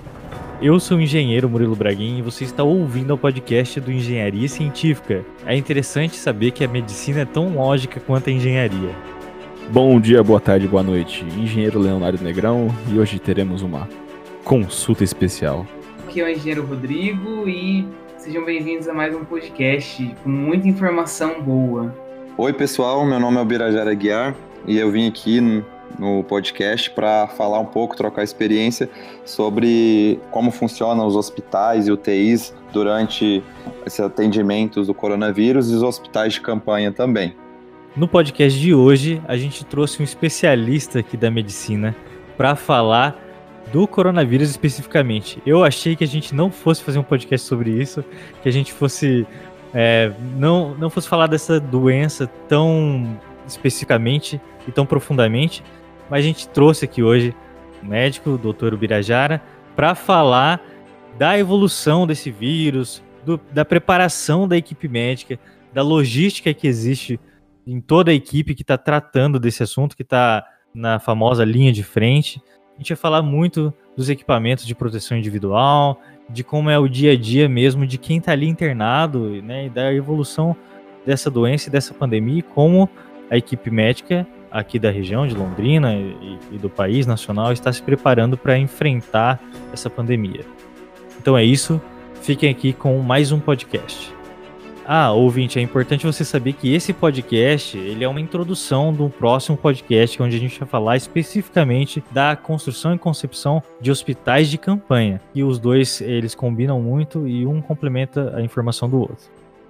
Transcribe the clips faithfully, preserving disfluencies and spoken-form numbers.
Eu sou o engenheiro Murilo Braguin e você está ouvindo o podcast do Engenharia Científica. É interessante saber que a medicina é tão lógica quanto a engenharia. Bom dia, boa tarde, boa noite. Engenheiro Leonardo Negrão e hoje teremos uma consulta especial. Aqui é o engenheiro Rodrigo e sejam bem-vindos a mais um podcast com muita informação boa. Oi pessoal, meu nome é Birajara Aguiar e eu vim aqui no, no podcast para falar um pouco, trocar experiência sobre como funcionam os hospitais e U T Is durante esses atendimentos do coronavírus e os hospitais de campanha também. No podcast de hoje, a gente trouxe um especialista aqui da medicina para falar do coronavírus especificamente. Eu achei que a gente não fosse fazer um podcast sobre isso, que a gente fosse é, não, não fosse falar dessa doença tão especificamente e tão profundamente, mas a gente trouxe aqui hoje o médico, o doutor Birajara, para falar da evolução desse vírus, do, da preparação da equipe médica, da logística que existe em toda a equipe que está tratando desse assunto, que está na famosa linha de frente. A gente vai falar muito dos equipamentos de proteção individual, de como é o dia a dia mesmo de quem está ali internado, né, e da evolução dessa doença e dessa pandemia, e como a equipe médica aqui da região de Londrina e, e do país nacional está se preparando para enfrentar essa pandemia. Então é isso, fiquem aqui com mais um podcast. Ah, ouvinte, é importante você saber que esse podcast, ele é uma introdução do próximo podcast, onde a gente vai falar especificamente da construção e concepção de hospitais de campanha. E os dois, eles combinam muito e um complementa a informação do outro.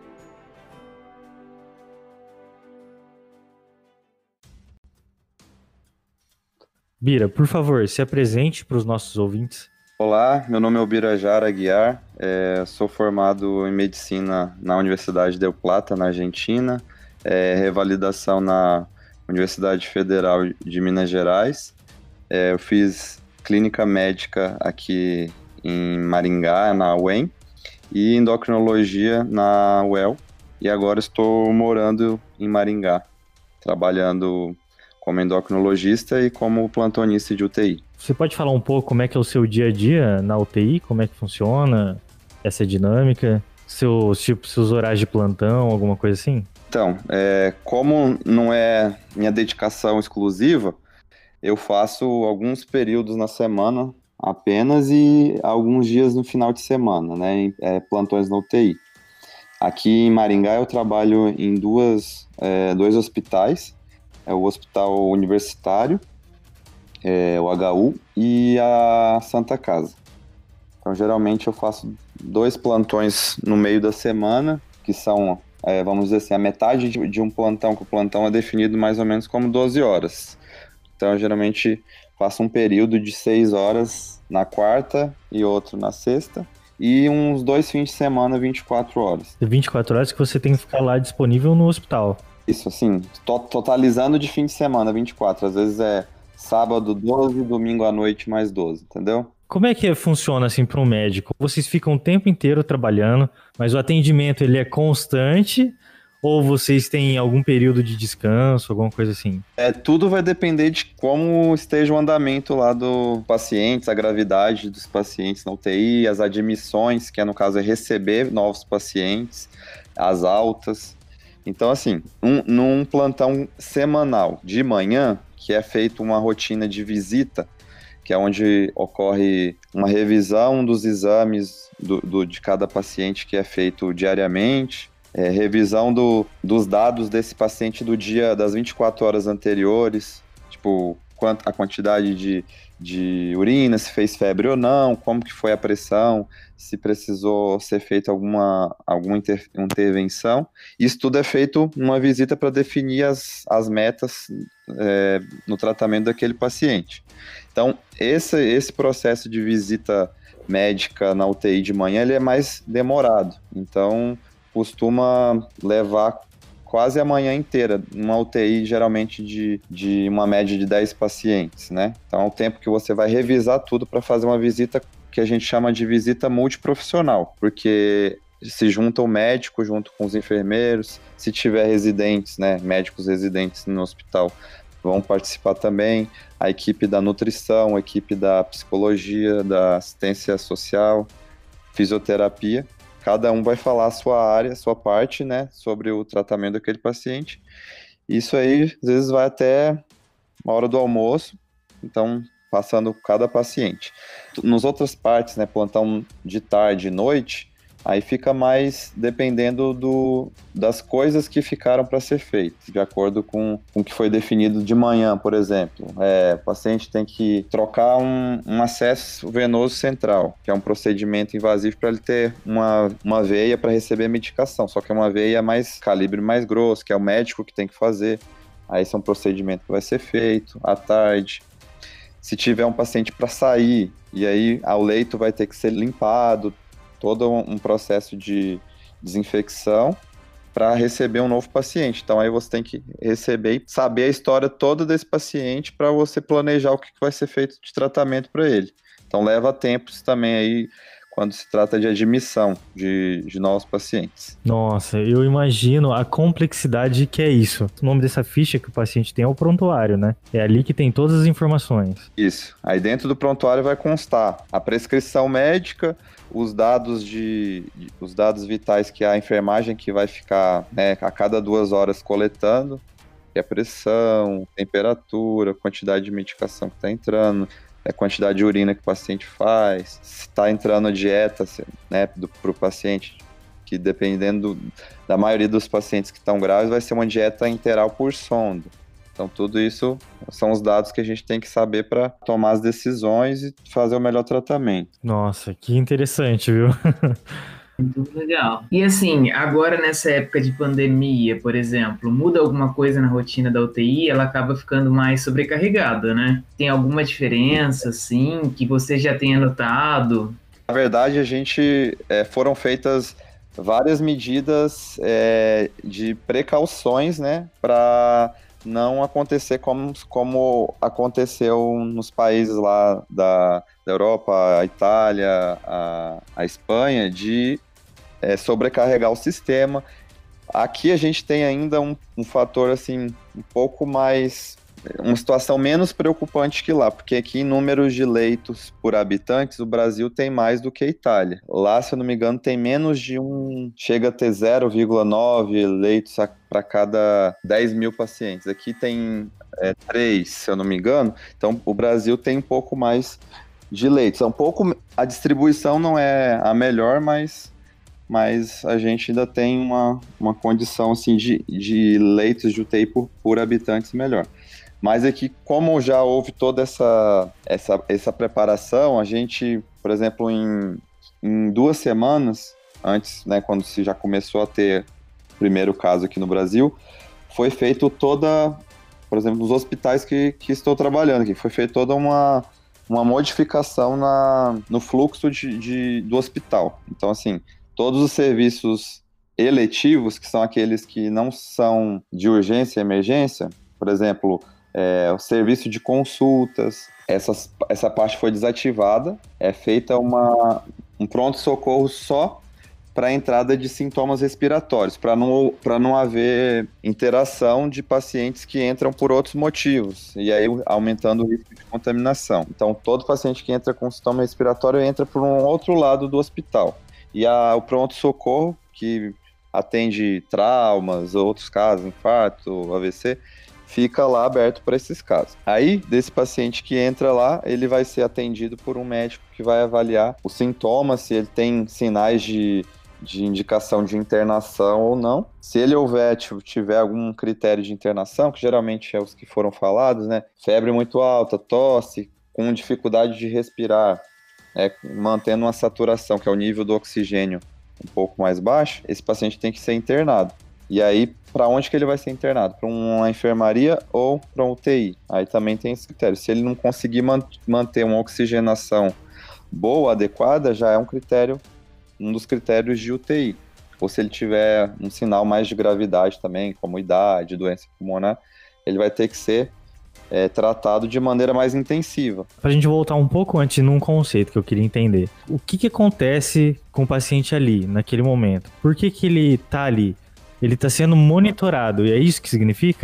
Bira, por favor, se apresente para os nossos ouvintes. Olá, meu nome é Birajara Aguiar, é, sou formado em Medicina na Universidade Del Plata, na Argentina, é, revalidação na Universidade Federal de Minas Gerais, é, eu fiz Clínica Médica aqui em Maringá, na U E M, e Endocrinologia na U E L, e agora estou morando em Maringá, trabalhando como endocrinologista e como plantonista de U T I. Você pode falar um pouco como é que é o seu dia a dia na U T I, como é que funciona essa dinâmica, seus, tipo, seus horários de plantão, alguma coisa assim? Então, é, como não é minha dedicação exclusiva, eu faço alguns períodos na semana apenas e alguns dias no final de semana, né, é, plantões na U T I. Aqui em Maringá eu trabalho em duas, é, dois hospitais, é o Hospital Universitário, é, o H U e a Santa Casa. Então, geralmente eu faço dois plantões no meio da semana, que são, é, vamos dizer assim, a metade de, de um plantão, que o plantão é definido mais ou menos como doze horas. Então, eu geralmente faço um período de seis horas na quarta e outro na sexta, e uns dois fins de semana, vinte e quatro horas. vinte e quatro horas que você tem que ficar lá disponível no hospital. Isso, assim, to- totalizando de fim de semana, vinte e quatro. Às vezes é sábado doze, domingo à noite mais doze, entendeu? Como é que funciona assim para um médico? Vocês ficam o tempo inteiro trabalhando, mas o atendimento ele é constante ou vocês têm algum período de descanso, alguma coisa assim? É, tudo vai depender de como esteja o andamento lá do paciente, a gravidade dos pacientes na U T I, as admissões, que é, no caso é receber novos pacientes, as altas. Então, assim, um, num plantão semanal de manhã, que é feita uma rotina de visita, que é onde ocorre uma revisão dos exames do, do, de cada paciente que é feito diariamente, é, revisão do, dos dados desse paciente do dia, das vinte e quatro horas anteriores, tipo, quant, a quantidade de, de urina, se fez febre ou não, como que foi a pressão, se precisou ser feita alguma, alguma inter, intervenção. Isso tudo é feito numa visita para definir as, as metas é, no tratamento daquele paciente. Então, esse, esse processo de visita médica na U T I de manhã, ele é mais demorado. Então, costuma levar quase a manhã inteira, numa U T I geralmente de, de uma média de dez pacientes, né? Então, é o tempo que você vai revisar tudo para fazer uma visita que a gente chama de visita multiprofissional, porque se junta o médico junto com os enfermeiros, se tiver residentes, né, médicos residentes no hospital, vão participar também, a equipe da nutrição, a equipe da psicologia, da assistência social, fisioterapia. Cada um vai falar a sua área, a sua parte, né, sobre o tratamento daquele paciente. Isso aí, às vezes, vai até uma hora do almoço, então, passando cada paciente. Nos outras partes, né, plantão de tarde e noite, aí fica mais dependendo do, das coisas que ficaram para ser feitas, de acordo com, com o que foi definido de manhã, por exemplo. É, o paciente tem que trocar um, um acesso venoso central, que é um procedimento invasivo para ele ter uma, uma veia para receber medicação, só que é uma veia mais calibre mais grosso, que é o médico que tem que fazer. Aí esse é um procedimento que vai ser feito à tarde. Se tiver um paciente para sair, e aí o leito vai ter que ser limpado, todo um processo de desinfecção para receber um novo paciente. Então aí você tem que receber e saber a história toda desse paciente para você planejar o que vai ser feito de tratamento para ele. Então leva tempo também aí quando se trata de admissão de, de novos pacientes. Nossa, eu imagino a complexidade que é isso. O nome dessa ficha que o paciente tem é o prontuário, né? É ali que tem todas as informações. Isso. Aí dentro do prontuário vai constar a prescrição médica, os dados de, de os dados vitais que a enfermagem que vai ficar, né, a cada duas horas coletando, que é a pressão, temperatura, quantidade de medicação que está entrando, a quantidade de urina que o paciente faz, se está entrando a dieta, né, para o paciente, que dependendo do, da maioria dos pacientes que estão graves, vai ser uma dieta interal por sonda. Então, tudo isso são os dados que a gente tem que saber para tomar as decisões e fazer o melhor tratamento. Nossa, que interessante, viu? Muito legal. E assim, agora nessa época de pandemia, por exemplo, muda alguma coisa na rotina da U T I, ela acaba ficando mais sobrecarregada, né? Tem alguma diferença, assim, que você já tenha notado? Na verdade, a gente, é, foram feitas várias medidas é, de precauções, né, para não acontecer como, como aconteceu nos países lá da, da Europa, a Itália, a, a Espanha, de é, sobrecarregar o sistema. Aqui a gente tem ainda um, um fator assim, um pouco mais, uma situação menos preocupante que lá, porque aqui em números de leitos por habitantes, o Brasil tem mais do que a Itália. Lá, se eu não me engano, tem menos de um, chega a ter zero vírgula nove leitos para cada dez mil pacientes. Aqui tem é, três, se eu não me engano, então o Brasil tem um pouco mais de leitos. É um pouco, a distribuição não é a melhor, mas, mas a gente ainda tem uma, uma condição assim, de, de leitos de U T I por, por habitantes melhor. Mas aqui, como já houve toda essa, essa, essa preparação, a gente, por exemplo, em, em duas semanas, antes, né, quando se já começou a ter o primeiro caso aqui no Brasil, foi feito toda, por exemplo, nos hospitais que, que estou trabalhando aqui, foi feita toda uma, uma modificação na, no fluxo de, de, do hospital. Então, assim, todos os serviços eletivos, que são aqueles que não são de urgência e emergência, por exemplo, É, o serviço de consultas, essas, essa parte foi desativada, é feita uma, um pronto-socorro só para a entrada de sintomas respiratórios, para não, para não haver interação de pacientes que entram por outros motivos, e aí aumentando o risco de contaminação. Então, todo paciente que entra com sintoma respiratório entra por um outro lado do hospital. E a, o pronto-socorro, que atende traumas, outros casos, infarto, A V C, fica lá aberto para esses casos. Aí, desse paciente que entra lá, ele vai ser atendido por um médico que vai avaliar os sintomas, se ele tem sinais de, de indicação de internação ou não. Se ele houver, tiver algum critério de internação, que geralmente é os que foram falados, né? Febre muito alta, tosse, com dificuldade de respirar, é, mantendo uma saturação, que é o nível do oxigênio um pouco mais baixo, esse paciente tem que ser internado. E aí, para onde que ele vai ser internado? Para uma enfermaria ou para um U T I? Aí também tem esse critério. Se ele não conseguir man- manter uma oxigenação boa, adequada, já é um critério, um dos critérios de U T I. Ou se ele tiver um sinal mais de gravidade também, como idade, doença pulmonar, ele vai ter que ser é, tratado de maneira mais intensiva. Para a gente voltar um pouco antes num conceito que eu queria entender. O que, que acontece com o paciente ali, naquele momento? Por que, que ele está ali? Ele está sendo monitorado, e é isso que significa?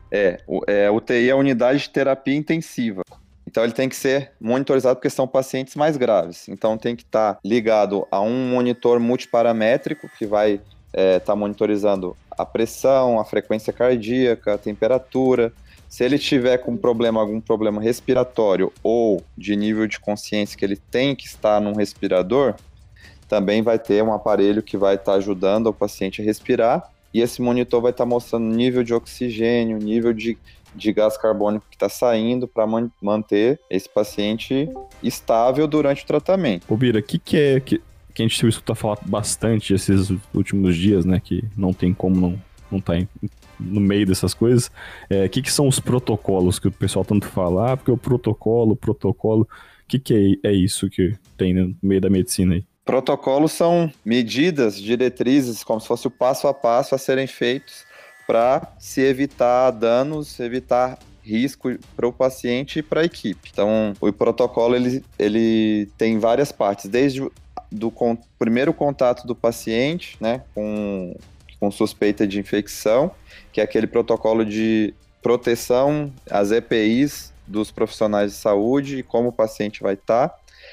É, o, é, U T I é a unidade de terapia intensiva. Então ele tem que ser monitorizado porque são pacientes mais graves. Então tem que estar tá ligado a um monitor multiparamétrico que vai estar é, tá monitorizando a pressão, a frequência cardíaca, a temperatura. Se ele tiver com problema, algum problema respiratório ou de nível de consciência que ele tem que estar num respirador, também vai ter um aparelho que vai estar tá ajudando o paciente a respirar. E esse monitor vai estar tá mostrando nível de oxigênio, nível de de gás carbônico que está saindo para man- manter esse paciente estável durante o tratamento. Ô Bira, o que, que é que, que a gente escuta falar bastante esses últimos dias, né? Que não tem como não não estar tá no meio dessas coisas. O é, que, que são os protocolos que o pessoal tanto fala? Ah, porque o protocolo, o protocolo. O que, que é, é isso que tem no meio da medicina aí? Protocolos são medidas, diretrizes, como se fosse o passo a passo a serem feitos para se evitar danos, evitar risco para o paciente e para a equipe. Então, o protocolo ele, ele tem várias partes, desde o do con- primeiro contato do paciente, né, com, com suspeita de infecção, que é aquele protocolo de proteção, as E P Is dos profissionais de saúde e como o paciente vai estar,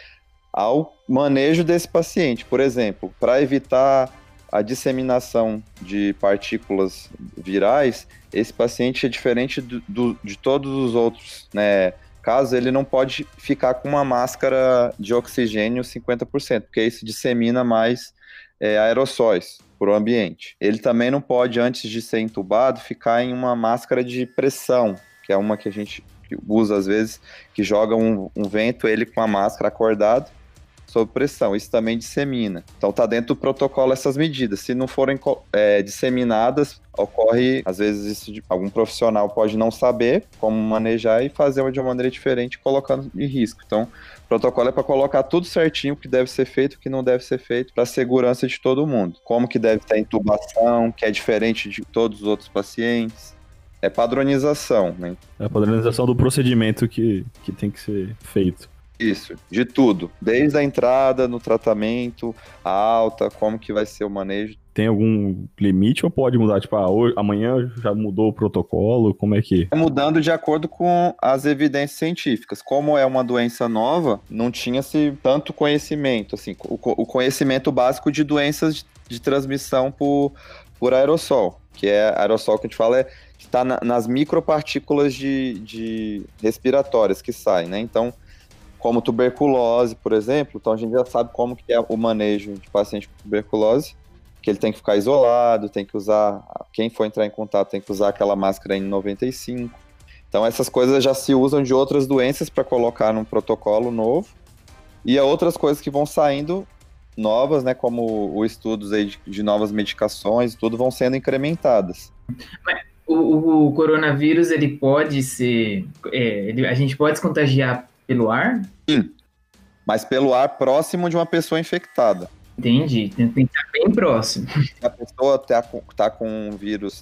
ao manejo desse paciente. Por exemplo, para evitar a disseminação de partículas virais, esse paciente é diferente do, do, de todos os outros, né? Caso ele não pode ficar com uma máscara de oxigênio cinquenta por cento, porque isso dissemina mais é, aerossóis para o ambiente. Ele também não pode, antes de ser entubado, ficar em uma máscara de pressão, que é uma que a gente usa às vezes, que joga um, um vento, ele com a máscara acordado, sob pressão, isso também dissemina. Então tá dentro do protocolo essas medidas. Se não forem é, disseminadas, ocorre, às vezes isso de, algum profissional pode não saber como manejar e fazer de uma maneira diferente, colocando em risco. Então, o protocolo é para colocar tudo certinho, o que deve ser feito, o que não deve ser feito, para a segurança de todo mundo. Como que deve ter a intubação, que é diferente de todos os outros pacientes. É padronização, né? É a padronização do procedimento que, que tem que ser feito. Isso, de tudo. Desde a entrada, no tratamento, a alta, como que vai ser o manejo. Tem algum limite ou pode mudar? Tipo, ah, hoje, amanhã já mudou o protocolo? Como é que... É mudando de acordo com as evidências científicas. Como é uma doença nova, não tinha-se tanto conhecimento. Assim, o, o conhecimento básico de doenças de, de transmissão por, por aerossol. Que é aerossol que a gente fala é está na, nas micropartículas de, de respiratórias que saem, né? Então, como tuberculose, por exemplo, então a gente já sabe como que é o manejo de paciente com tuberculose, que ele tem que ficar isolado, tem que usar, quem for entrar em contato tem que usar aquela máscara N noventa e cinco. Então essas coisas já se usam de outras doenças para colocar num protocolo novo, e há outras coisas que vão saindo novas, né, como os estudos aí de, de novas medicações, tudo vão sendo incrementadas. Mas o, o coronavírus, ele pode ser, é, ele, a gente pode se contagiar pelo ar? Sim, mas pelo ar próximo de uma pessoa infectada. Entendi, tem, tem que estar bem próximo. Se a pessoa está com, tá com um vírus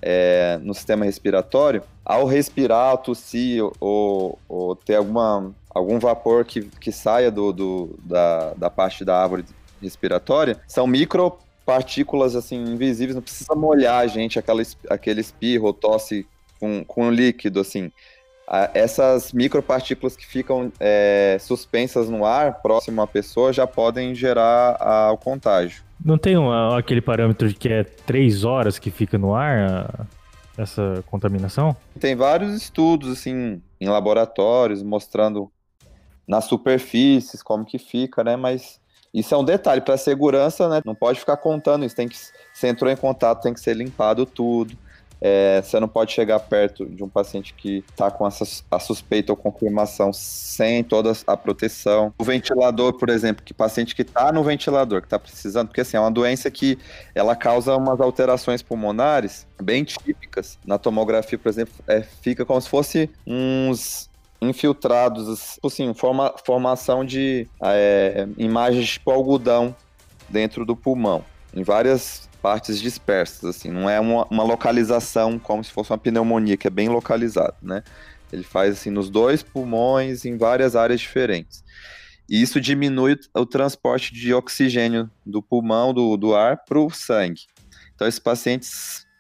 é, no sistema respiratório, ao respirar, ao tossir ou, ou ter alguma, algum vapor que, que saia do, do, da, da parte da árvore respiratória, são micropartículas assim, invisíveis, não precisa molhar a gente, aquela, aquele espirro ou tosse com, com líquido, assim. Essas micropartículas que ficam é, suspensas no ar, próximo à pessoa, já podem gerar a, o contágio. Não tem um, aquele parâmetro de que é três horas que fica no ar a, essa contaminação? Tem vários estudos assim, em laboratórios mostrando nas superfícies como que fica, né? Mas isso é um detalhe para a segurança, né? Não pode ficar contando isso. Tem que, se entrou em contato, tem que ser limpado tudo. É, você não pode chegar perto de um paciente que está com essa, a suspeita ou confirmação sem toda a proteção. O ventilador, por exemplo, que paciente que está no ventilador, que está precisando, porque assim, é uma doença que ela causa umas alterações pulmonares bem típicas. Na tomografia, por exemplo, é, fica como se fosse uns infiltrados, assim, forma, formação de é, imagens tipo algodão dentro do pulmão, em várias partes dispersas, assim, não é uma, uma localização como se fosse uma pneumonia, que é bem localizado, né? Ele faz assim nos dois pulmões, em várias áreas diferentes. E isso diminui o transporte de oxigênio do pulmão, do, do ar, para o sangue. Então esses pacientes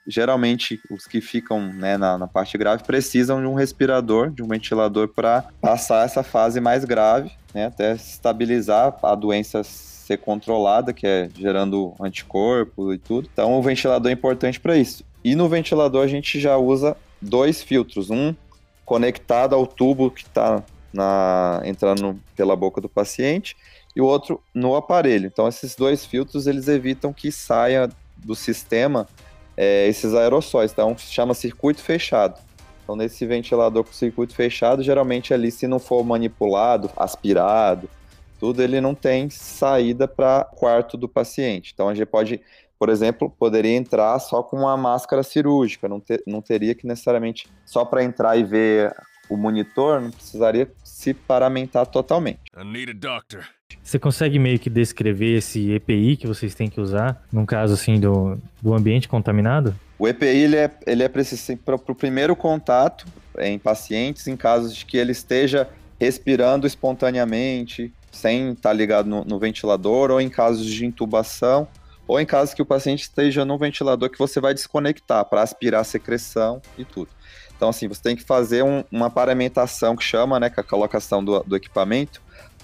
geralmente os que ficam, né, na, na parte grave precisam de um respirador, de um ventilador para passar essa fase mais grave, né, até estabilizar a doença ser controlada, que é gerando anticorpo e tudo. Então o ventilador é importante para isso. E no ventilador a gente já usa dois filtros, um conectado ao tubo que está entrando pela boca do paciente e o outro no aparelho. Então esses dois filtros eles evitam que saia do sistema é, esses aerossóis, então chama circuito fechado. Então nesse ventilador com circuito fechado, geralmente ali se não for manipulado, aspirado, tudo, ele não tem saída para o quarto do paciente. Então a gente pode, por exemplo, poderia entrar só com uma máscara cirúrgica, não, ter, não teria que necessariamente, só para entrar e ver o monitor, não precisaria se paramentar totalmente. I need a doctor. Você consegue meio que descrever esse E P I que vocês têm que usar, num caso assim do, do ambiente contaminado? O E P I ele é, ele é preciso para o primeiro contato em pacientes, em casos de que ele esteja respirando espontaneamente, sem estar ligado no, no ventilador, ou em casos de intubação, ou em casos que o paciente esteja no ventilador que você vai desconectar para aspirar a secreção e tudo. Então, assim, você tem que fazer um, uma paramentação que chama, né, que é a colocação do, do equipamento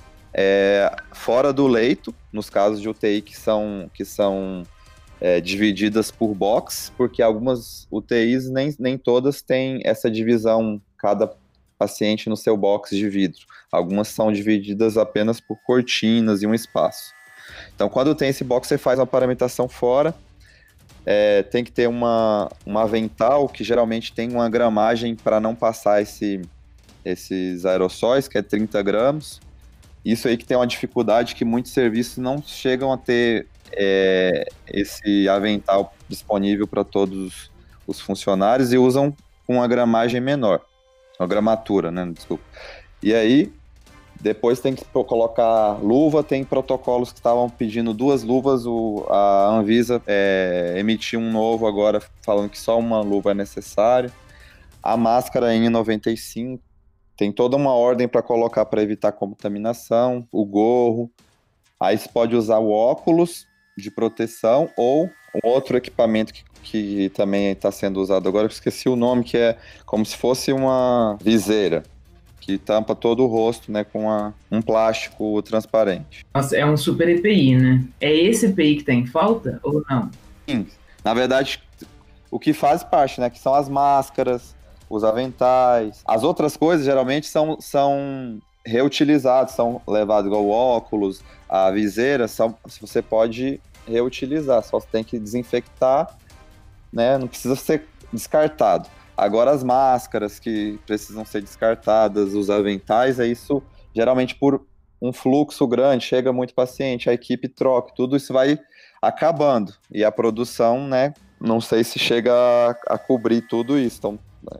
é, fora do leito, nos casos de U T I que são, que são é, divididas por box, porque algumas U T Is nem, nem todas têm essa divisão, cada paciente no seu box de vidro. Algumas são divididas apenas por cortinas e um espaço. Então, quando tem esse box, você faz uma paramentação fora. É, tem que ter uma, uma avental que geralmente tem uma gramagem para não passar esse, esses aerossóis, que é trinta gramas. Isso aí que tem uma dificuldade que muitos serviços não chegam a ter é, esse avental disponível para todos os funcionários e usam com uma gramagem menor. Uma gramatura, né? Desculpa. E aí, depois tem que colocar luva, tem protocolos que estavam pedindo duas luvas, o, a Anvisa é, emitiu um novo agora, falando que só uma luva é necessária. A máscara N noventa e cinco, tem toda uma ordem para colocar para evitar contaminação, o gorro. Aí você pode usar o óculos de proteção ou um outro equipamento que que também está sendo usado agora, eu esqueci o nome, que é como se fosse uma viseira, que tampa todo o rosto, né, com uma, um plástico transparente. Nossa, é um super E P I, né? É esse E P I que tá em falta ou não? Sim, na verdade, o que faz parte, né, que são as máscaras, os aventais, as outras coisas geralmente são, são reutilizados, são levados igual o óculos, a viseira, são, você pode reutilizar, só você tem que desinfectar, né? Não precisa ser descartado. Agora as máscaras que precisam ser descartadas, os aventais, é isso geralmente por um fluxo grande, chega muito paciente, a equipe troca, tudo isso vai acabando. E a produção, né, não sei se chega a, a cobrir tudo isso. Então,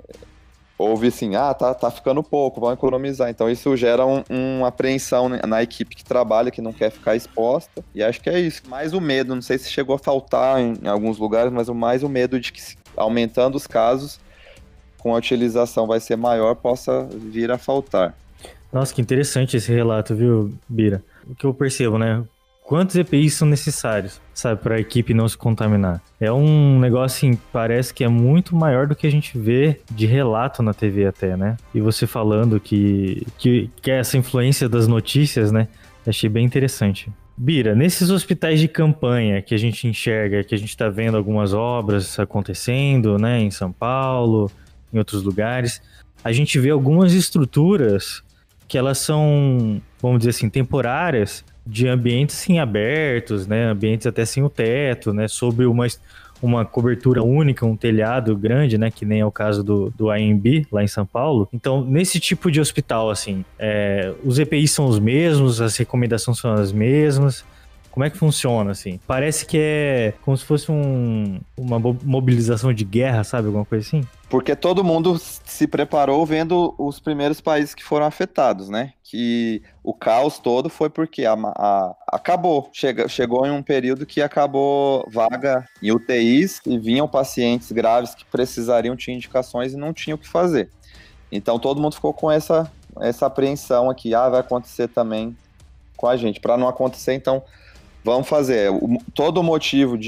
houve assim, ah, tá, tá ficando pouco, vamos economizar. Então isso gera um, uma apreensão na equipe que trabalha, que não quer ficar exposta. E acho que é isso. Mais o medo, não sei se chegou a faltar em, em alguns lugares, mas o mais o medo de que, aumentando os casos, com a utilização vai ser maior, possa vir a faltar. Nossa, que interessante esse relato, viu, Bira? O que eu percebo, né? Quantos E P Is são necessários, sabe, para a equipe não se contaminar? É um negócio, assim, parece que é muito maior do que a gente vê de relato na T V até, né? E você falando que, que, que essa influência das notícias, né? Achei bem interessante. Bira, nesses hospitais de campanha que a gente enxerga, que a gente está vendo algumas obras acontecendo, né? Em São Paulo, em outros lugares, a gente vê algumas estruturas que elas são, vamos dizer assim, temporárias, de ambientes sim abertos, né, ambientes até sem o teto, né, sob uma, uma cobertura única, um telhado grande, né, que nem é o caso do, do A M B, lá em São Paulo. Então, nesse tipo de hospital, assim, é, os E P Is são os mesmos, as recomendações são as mesmas. Como é que funciona, assim? Parece que é como se fosse um, uma mobilização de guerra, sabe? Alguma coisa assim? Porque todo mundo se preparou vendo os primeiros países que foram afetados, né? Que o caos todo foi porque a, a, acabou. Chega, chegou em um período que acabou vaga em U T Is e vinham pacientes graves que precisariam de indicações e não tinham o que fazer. Então todo mundo ficou com essa, essa apreensão aqui. Ah, vai acontecer também com a gente. Para não acontecer, então... Vamos fazer. O, todo o motivo de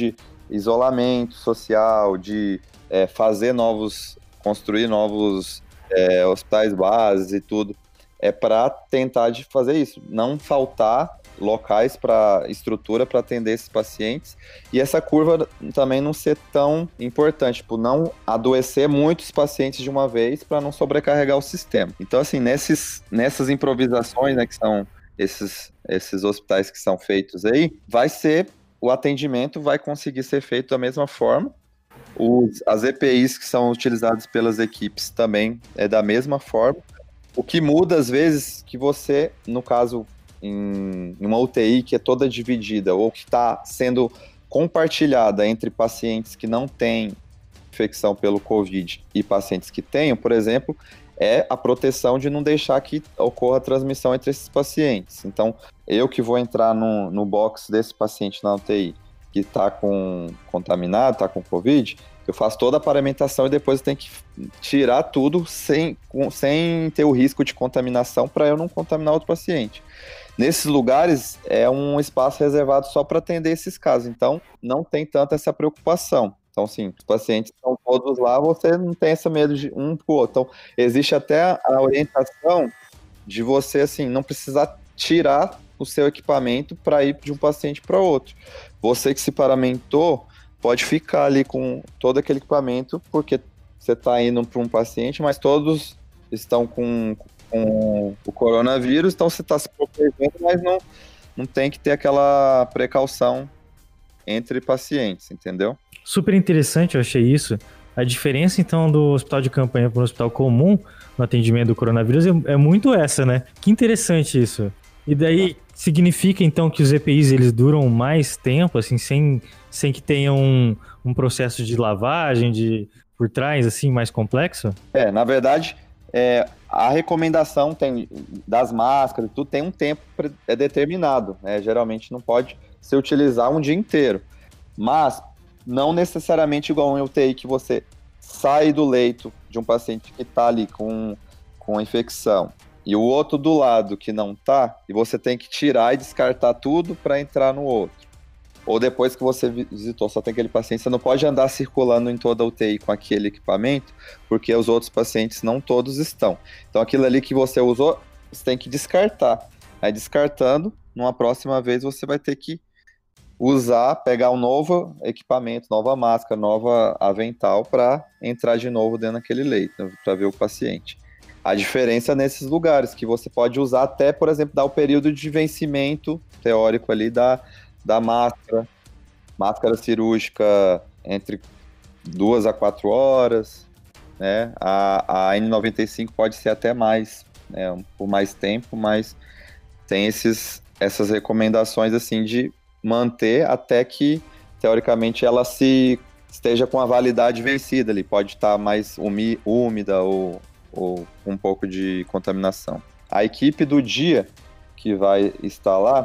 isolamento social, de é, fazer novos, construir novos é, hospitais bases e tudo, é para tentar de fazer isso, não faltar locais para estrutura para atender esses pacientes e essa curva também não ser tão importante, tipo, não adoecer muitos pacientes de uma vez para não sobrecarregar o sistema. Então, assim, nesses, nessas improvisações, né, que são esses, esses hospitais que são feitos aí, vai ser, o atendimento vai conseguir ser feito da mesma forma, os, as E P Is que são utilizadas pelas equipes também é da mesma forma. O que muda, às vezes, que você, no caso, em uma U T I que é toda dividida ou que está sendo compartilhada entre pacientes que não têm infecção pelo Covid e pacientes que tenham, por exemplo, é a proteção de não deixar que ocorra transmissão entre esses pacientes. Então, eu que vou entrar no, no box desse paciente na U T I que está com contaminado, está com Covid, eu faço toda a paramentação e depois eu tenho que tirar tudo sem, sem ter o risco de contaminação para eu não contaminar outro paciente. Nesses lugares, é um espaço reservado só para atender esses casos, então não tem tanta essa preocupação. Então, sim, os pacientes estão todos lá, você não tem esse medo de um pro outro. Então, existe até a orientação de você, assim, não precisar tirar o seu equipamento para ir de um paciente para outro. Você que se paramentou, pode ficar ali com todo aquele equipamento, porque você está indo para um paciente, mas todos estão com, com o coronavírus, então você está se protegendo, mas não, não tem que ter aquela precaução entre pacientes, entendeu? Super interessante, eu achei isso. A diferença, então, do hospital de campanha para um hospital comum no atendimento do coronavírus é, é muito essa, né? Que interessante isso. E daí, significa, então, que os E P Is, eles duram mais tempo, assim, sem, sem que tenham um, um processo de lavagem, de por trás, assim, mais complexo? É, na verdade, é, a recomendação tem, das máscaras, tudo tem um tempo é determinado, né? Geralmente não pode se utilizar um dia inteiro. Mas, não necessariamente igual um U T I que você sai do leito de um paciente que está ali com, com a infecção e o outro do lado que não tá, e você tem que tirar e descartar tudo para entrar no outro. Ou depois que você visitou, só tem aquele paciente, você não pode andar circulando em toda a U T I com aquele equipamento, porque os outros pacientes não todos estão. Então aquilo ali que você usou, você tem que descartar. Aí descartando, numa próxima vez você vai ter que usar, pegar um novo equipamento, nova máscara, nova avental para entrar de novo dentro daquele leito, para ver o paciente. A diferença nesses lugares, que você pode usar até, por exemplo, dar o período de vencimento teórico ali da, da máscara, máscara cirúrgica entre duas a quatro horas, né? A, a N noventa e cinco pode ser até mais, né? Por mais tempo, mas tem esses, essas recomendações assim de manter até que, teoricamente, ela se esteja com a validade vencida ali, pode estar mais umi, úmida ou ou um pouco de contaminação. A equipe do dia que vai estar lá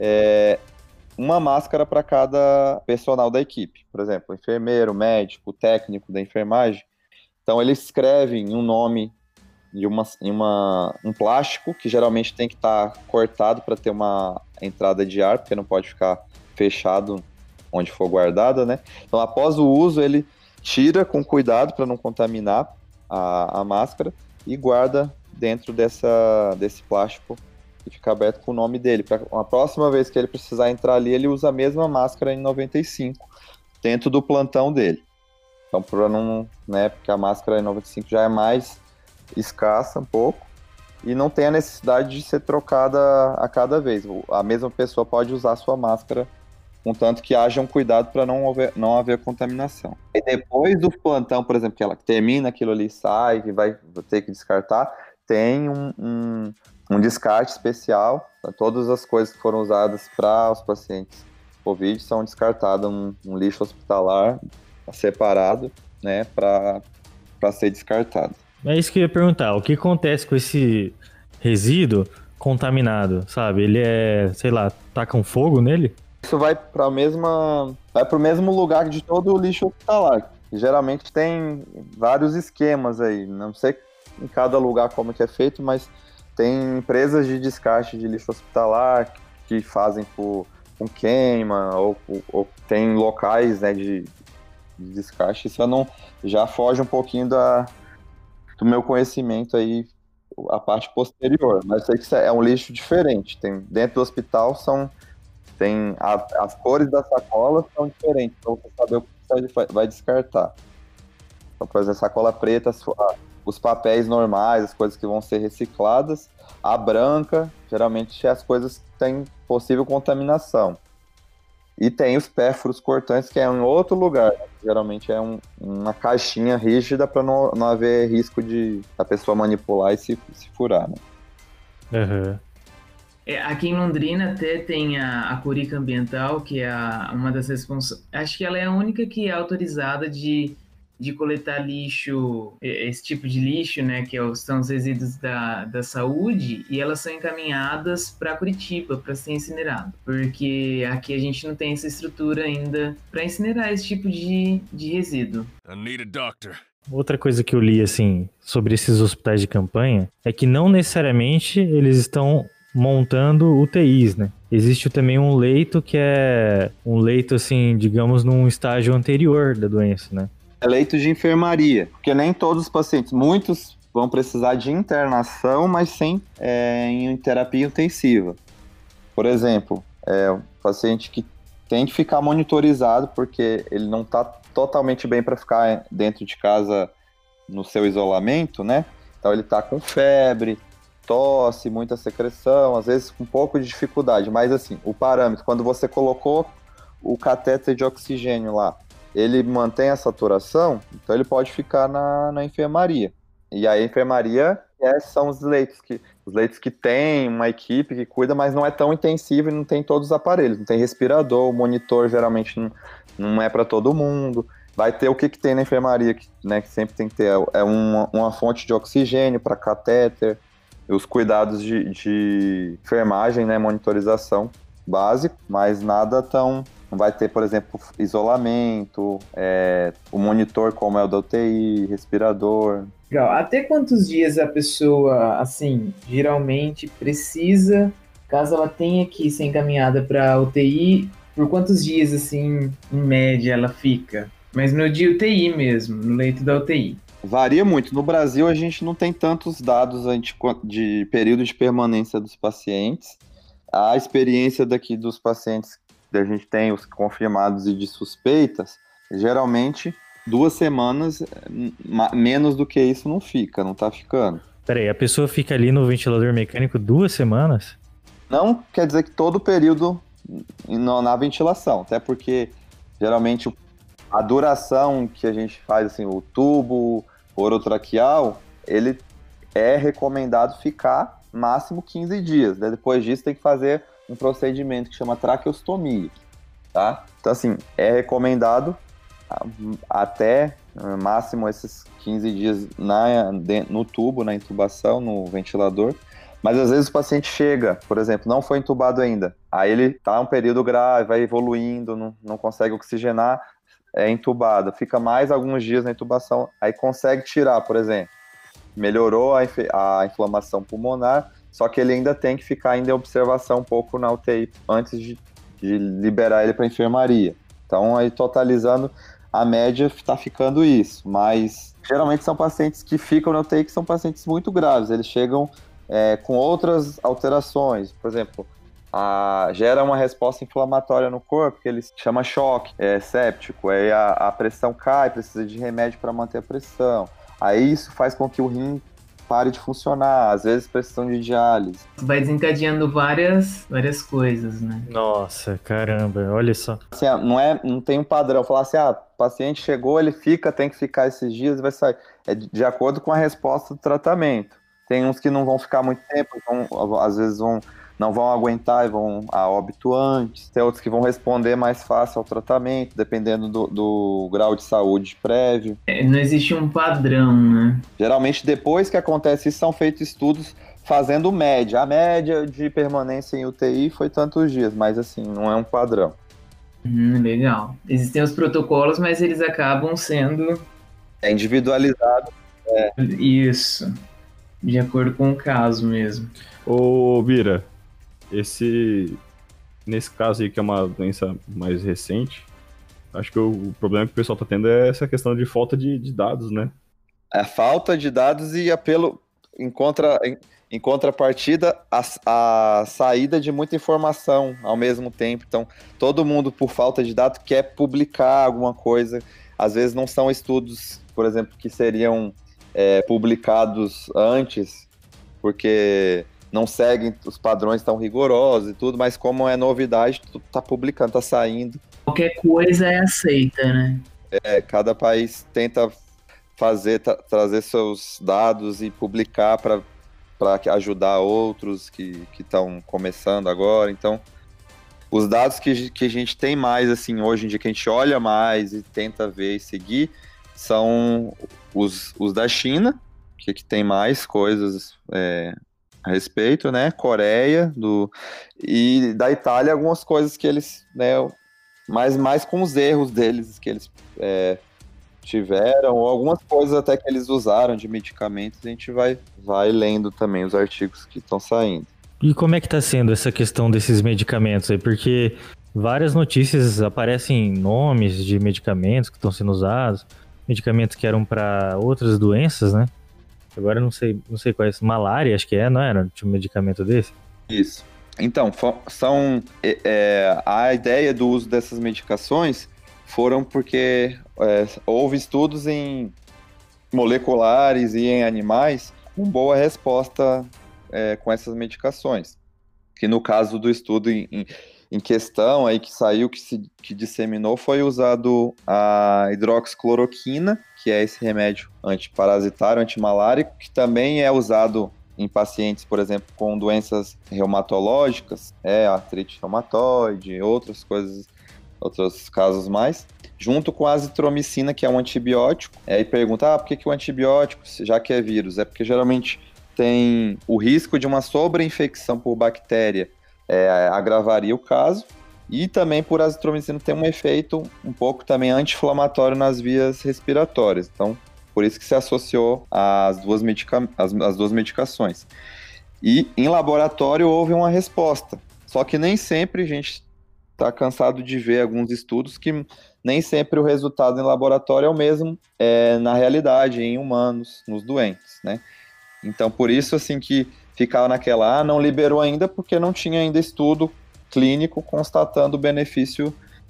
é uma máscara para cada personal da equipe. Por exemplo, enfermeiro, médico, técnico da enfermagem. Então, eles escrevem um nome de uma, em uma, um plástico que geralmente tem que estar tá cortado para ter uma entrada de ar, porque não pode ficar fechado onde for guardada, né? Então, após o uso, ele tira com cuidado para não contaminar A, a máscara e guarda dentro dessa, desse plástico que fica aberto com o nome dele. Para a próxima vez que ele precisar entrar ali, ele usa a mesma máscara N noventa e cinco dentro do plantão dele. Então, para não, né, porque a máscara N noventa e cinco já é mais escassa um pouco e não tem a necessidade de ser trocada a cada vez. A mesma pessoa pode usar a sua máscara, contanto que haja um cuidado para não haver, não haver contaminação. E depois do plantão, por exemplo, que ela termina aquilo ali, sai, e vai ter que descartar, tem um, um, um descarte especial. Todas as coisas que foram usadas para os pacientes Covid são descartadas num um lixo hospitalar separado, né, para ser descartado. É isso que eu ia perguntar. O que acontece com esse resíduo contaminado, sabe? Ele é, sei lá, taca um fogo nele? Isso vai para a mesma, vai para o mesmo lugar de todo o lixo hospitalar. Geralmente tem vários esquemas aí, não sei em cada lugar como que é feito, mas tem empresas de descarte de lixo hospitalar que fazem por com queima, ou, ou tem locais, né, de, de descarte, isso já, não, já foge um pouquinho da, do meu conhecimento aí, a parte posterior. Mas eu sei que isso é um lixo diferente. Tem, dentro do hospital são, tem a, as cores das sacolas são diferentes, para você saber o que você vai, vai descartar. Então, por exemplo, sacola preta, os papéis normais, as coisas que vão ser recicladas. A branca, geralmente, é as coisas que têm possível contaminação. E tem os pérfuros cortantes, que é em outro lugar. Geralmente é um, uma caixinha rígida para não, não haver risco de a pessoa manipular e se, se furar, né? Uhum. É, aqui em Londrina até tem a, a Corica Ambiental, que é a, uma das responsáveis. Acho que ela é a única que é autorizada de, de coletar lixo, esse tipo de lixo, né? Que é o- são os resíduos da, da saúde, e elas são encaminhadas para Curitiba para ser incinerado. Porque aqui a gente não tem essa estrutura ainda para incinerar esse tipo de, de resíduo. I need a doctor. Outra coisa que eu li, assim, sobre esses hospitais de campanha é que não necessariamente eles estão montando U T Is, né? Existe também um leito que é um leito, assim, digamos, num estágio anterior da doença, né? É leito de enfermaria, porque nem todos os pacientes, muitos vão precisar de internação, mas sem é, em terapia intensiva. Por exemplo, é, um paciente que tem que ficar monitorizado porque ele não está totalmente bem para ficar dentro de casa no seu isolamento, né? Então ele está com febre, tosse, muita secreção, às vezes com um pouco de dificuldade, mas assim, o parâmetro, quando você colocou o catéter de oxigênio lá, ele mantém a saturação, então ele pode ficar na, na enfermaria. E a enfermaria é, são os leitos que os leitos que tem uma equipe que cuida, mas não é tão intensivo e não tem todos os aparelhos, não tem respirador, o monitor geralmente não, não é para todo mundo. Vai ter o que, que tem na enfermaria, que, né, que sempre tem que ter, é uma, uma fonte de oxigênio para catéter, os cuidados de, de enfermagem, né, monitorização básico, mas nada tão... Não vai ter, por exemplo, isolamento, é, o monitor como é o da U T I, respirador. Legal. Até quantos dias a pessoa, assim, geralmente precisa, caso ela tenha que ser encaminhada para U T I, por quantos dias, assim, em média ela fica? Mas no de U T I mesmo, no leito da U T I. Varia muito. No Brasil, a gente não tem tantos dados de, de período de permanência dos pacientes. A experiência daqui dos pacientes que a gente tem, os confirmados e de suspeitas, geralmente duas semanas, menos do que isso não fica, não tá ficando. Peraí, a pessoa fica ali no ventilador mecânico duas semanas? Não quer dizer que todo o período na ventilação, até porque geralmente a duração que a gente faz, assim, o tubo orotraqueal, ele é recomendado ficar máximo quinze dias, né? Depois disso tem que fazer um procedimento que chama traqueostomia, tá? Então, assim, é recomendado até uh, máximo esses quinze dias na, no tubo, na intubação, no ventilador. Mas às vezes o paciente chega, por exemplo, não foi intubado ainda, aí ele tá um período grave, vai evoluindo, não, não consegue oxigenar, é intubado, fica mais alguns dias na intubação, aí consegue tirar, por exemplo, melhorou a, a inflamação pulmonar, só que ele ainda tem que ficar ainda em observação um pouco na U T I antes de, de liberar ele para enfermaria. Então, aí totalizando, a média está ficando isso, mas geralmente são pacientes que ficam na U T I que são pacientes muito graves, eles chegam é, com outras alterações, por exemplo, a, gera uma resposta inflamatória no corpo, que ele chama choque é, séptico, aí a, a pressão cai, precisa de remédio para manter a pressão, aí isso faz com que o rim pare de funcionar, às vezes precisam de diálise. Vai desencadeando várias, várias coisas, né? Nossa, caramba, olha só. Assim, não, é, não tem um padrão, falar assim, ah, o paciente chegou, ele fica, tem que ficar esses dias, vai sair. É de, de acordo com a resposta do tratamento. Tem uns que não vão ficar muito tempo, vão, às vezes vão, não vão aguentar e vão a óbito antes. Tem outros que vão responder mais fácil ao tratamento, dependendo do, do grau de saúde prévio. É, não existe um padrão, né? Geralmente, depois que acontece isso, são feitos estudos fazendo média. A média de permanência em U T I foi tantos dias, mas assim, não é um padrão. Hum, legal. Existem os protocolos, mas eles acabam sendo... É individualizado. É. Isso. De acordo com o caso mesmo. Ô, Bira, esse nesse caso aí, que é uma doença mais recente, acho que o, o problema que o pessoal tá tendo é essa questão de falta de, de dados, né? A falta de dados e apelo em, contra, em, em contrapartida a, a saída de muita informação ao mesmo tempo. Então, todo mundo, por falta de dados, quer publicar alguma coisa. Às vezes não são estudos, por exemplo, que seriam é, publicados antes, porque não seguem os padrões tão rigorosos e tudo, mas como é novidade, tu tá publicando, tá saindo. Qualquer coisa é aceita, né? É, cada país tenta fazer, tra- trazer seus dados e publicar para ajudar outros que estão começando agora. Então, os dados que, que a gente tem mais, assim, hoje em dia, que a gente olha mais e tenta ver e seguir, são os, os da China, que, que tem mais coisas é, a respeito, né? Coreia, do, e da Itália, algumas coisas que eles, né, mas mais com os erros deles, que eles é, tiveram, ou algumas coisas até que eles usaram de medicamentos, a gente vai, vai lendo também os artigos que estão saindo. E como é que tá sendo essa questão desses medicamentos aí? Porque várias notícias aparecem nomes de medicamentos que estão sendo usados, medicamentos que eram para outras doenças, né? Agora eu não sei, não sei quais, malária, acho que é, não era? Tinha um medicamento desse? Isso. Então, são é, é, a ideia do uso dessas medicações foram porque é, houve estudos em moleculares e em animais com boa resposta é, com essas medicações. Que no caso do estudo em, em, em questão, aí que saiu, que se que disseminou, foi usado a hidroxicloroquina, que é esse remédio antiparasitário, antimalárico, que também é usado em pacientes, por exemplo, com doenças reumatológicas, é, artrite reumatoide, outras coisas, outros casos mais, junto com a azitromicina, que é um antibiótico. Aí pergunta, ah, por que, que o antibiótico, já que é vírus? É porque geralmente tem o risco de uma sobreinfecção por bactéria, é, agravaria o caso, e também por azitromicina ter um efeito um pouco também anti-inflamatório nas vias respiratórias. Então, por isso que se associou às duas, medica- as, as duas medicações. E em laboratório houve uma resposta. Só que nem sempre a gente está cansado de ver alguns estudos que nem sempre o resultado em laboratório é o mesmo é, na realidade, em humanos, nos doentes, né? Então, por isso, assim, que ficava naquela, ah, não liberou ainda porque não tinha ainda estudo clínico constatando o benefício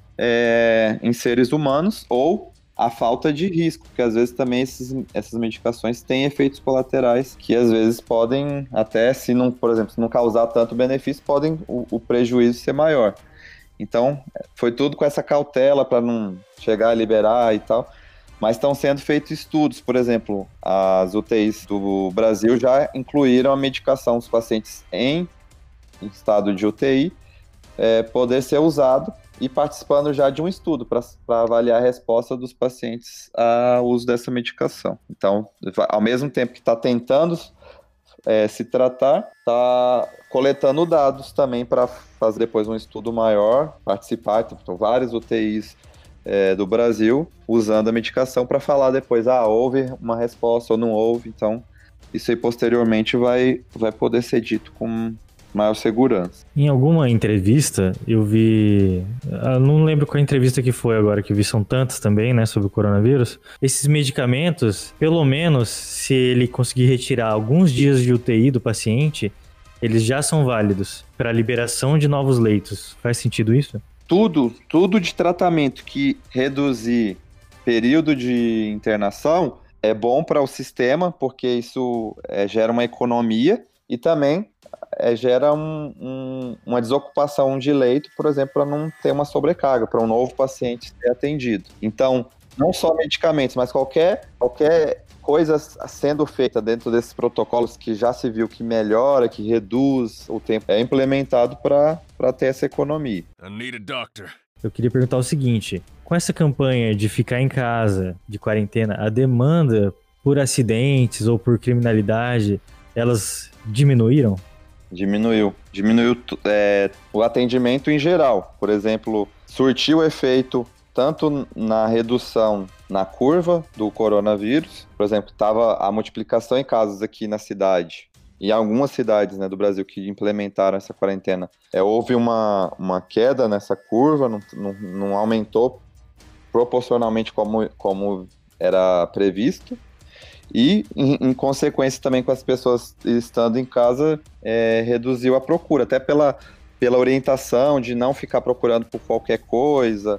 é, em seres humanos ou a falta de risco, porque às vezes também esses, essas medicações têm efeitos colaterais que às vezes podem até, se não, por exemplo, se não causar tanto benefício, podem o, o prejuízo ser maior. Então, foi tudo com essa cautela para não chegar a liberar e tal, mas estão sendo feitos estudos, por exemplo, as U T Is do Brasil já incluíram a medicação dos pacientes em estado de U T I, é, poder ser usado e participando já de um estudo para avaliar a resposta dos pacientes ao uso dessa medicação. Então, ao mesmo tempo que está tentando é, se tratar, está coletando dados também para fazer depois um estudo maior, participar, então, várias U T Is é, do Brasil usando a medicação para falar depois, ah, houve uma resposta ou não houve. Então, isso aí posteriormente vai, vai poder ser dito com maior segurança. Em alguma entrevista, eu vi... Eu não lembro qual entrevista que foi agora, que eu vi, são tantas também, né, sobre o coronavírus. Esses medicamentos, pelo menos, se ele conseguir retirar alguns dias de U T I do paciente, eles já são válidos para liberação de novos leitos. Faz sentido isso? Tudo, tudo de tratamento que reduzir período de internação é bom para o sistema, porque isso é, gera uma economia e também É, gera um, um, uma desocupação de leito, por exemplo, para não ter uma sobrecarga, para um novo paciente ser atendido. Então, não só medicamentos, mas qualquer, qualquer coisa sendo feita dentro desses protocolos que já se viu que melhora, que reduz o tempo, é implementado para ter essa economia. I need a doctor. Eu queria perguntar o seguinte, com essa campanha de ficar em casa, de quarentena, a demanda por acidentes ou por criminalidade, elas diminuíram? Diminuiu. Diminuiu é, o atendimento em geral. Por exemplo, surtiu efeito tanto na redução na curva do coronavírus. Por exemplo, estava a multiplicação em casos aqui na cidade em algumas cidades, né, do Brasil que implementaram essa quarentena, é, houve uma, uma queda nessa curva, não, não, não aumentou proporcionalmente como, como era previsto, e, em, em consequência também com as pessoas estando em casa, é, reduziu a procura, até pela, pela orientação de não ficar procurando por qualquer coisa,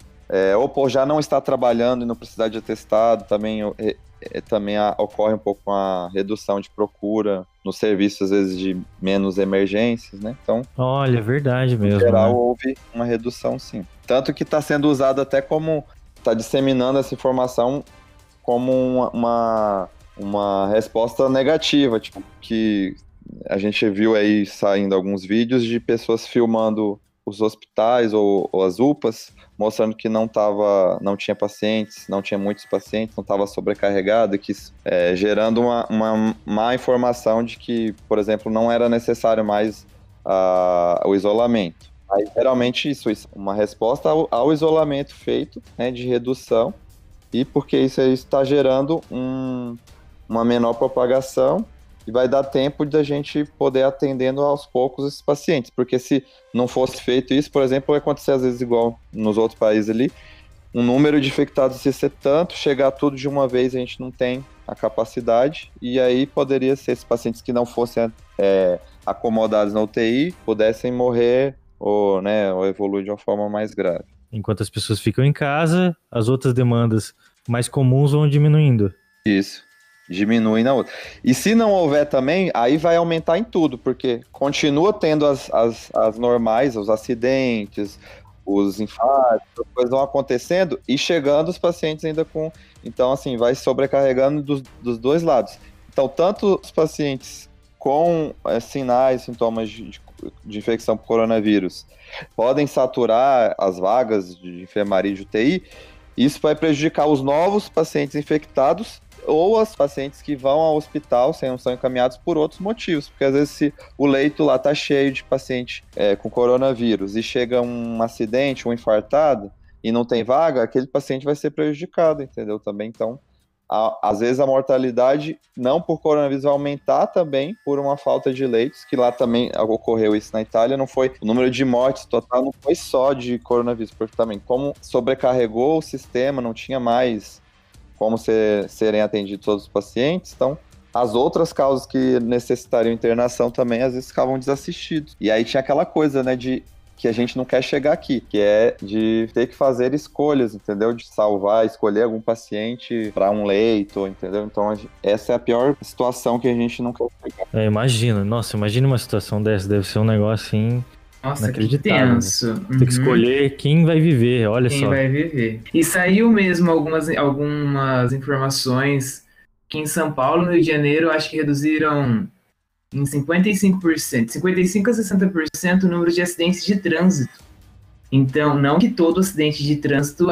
é, ou por já não estar trabalhando e não precisar de atestado, também, é, é, também a, ocorre um pouco uma redução de procura nos serviços, às vezes, de menos emergências, né? Então, olha, é verdade mesmo. em geral, né? houve uma redução, sim. Tanto que está sendo usado até como... está disseminando essa informação como uma, uma, uma resposta negativa, tipo, que a gente viu aí saindo alguns vídeos de pessoas filmando os hospitais ou, ou as U P As, mostrando que não, tava, não tinha pacientes, não tinha muitos pacientes, não estava sobrecarregado, que, é, gerando uma, uma má informação de que, por exemplo, não era necessário mais uh, o isolamento. Aí, geralmente, isso, isso uma resposta ao, ao isolamento feito, né, de redução, e porque isso está gerando um, uma menor propagação e vai dar tempo da gente poder atendendo aos poucos esses pacientes, porque se não fosse feito isso, por exemplo, vai acontecer às vezes igual nos outros países ali, um número de infectados ia ser tanto, chegar tudo de uma vez a gente não tem a capacidade, e aí poderia ser esses pacientes que não fossem é, acomodados na U T I, pudessem morrer ou, né, ou evoluir de uma forma mais grave. Enquanto as pessoas ficam em casa, as outras demandas mais comuns vão diminuindo. Isso, diminui na outra. E se não houver também, aí vai aumentar em tudo, porque continua tendo as, as, as normais, os acidentes, os infartos, as coisas vão acontecendo e chegando os pacientes ainda com... Então, assim, vai sobrecarregando dos, dos dois lados. Então, tanto os pacientes com é, sinais, sintomas de, de de infecção por coronavírus, podem saturar as vagas de enfermaria e de U T I, isso vai prejudicar os novos pacientes infectados ou os pacientes que vão ao hospital sem não são encaminhados por outros motivos, porque às vezes se o leito lá está cheio de paciente é, com coronavírus e chega um acidente, um infartado, e não tem vaga, aquele paciente vai ser prejudicado, entendeu? Também, então, às vezes a mortalidade, não por coronavírus, vai aumentar também por uma falta de leitos, que lá também ocorreu isso na Itália, não foi, o número de mortes total não foi só de coronavírus, porque também, como sobrecarregou o sistema, não tinha mais como ser, serem atendidos todos os pacientes, então as outras causas que necessitariam internação também, às vezes, ficavam desassistidos. E aí tinha aquela coisa, né, de que a gente não quer chegar aqui, que é de ter que fazer escolhas, entendeu? De salvar, escolher algum paciente para um leito, entendeu? Então, essa é a pior situação que a gente não quer chegar. É, imagina, nossa, imagina uma situação dessa, deve ser um negócio assim... Nossa, que tenso. Uhum. Tem que escolher quem vai viver, olha quem só. Quem vai viver. E saiu mesmo algumas, algumas informações que em São Paulo, no Rio de Janeiro, acho que reduziram... em cinquenta e cinco por cento, cinquenta e cinco a sessenta por cento o número de acidentes de trânsito. Então, não que todo acidente de trânsito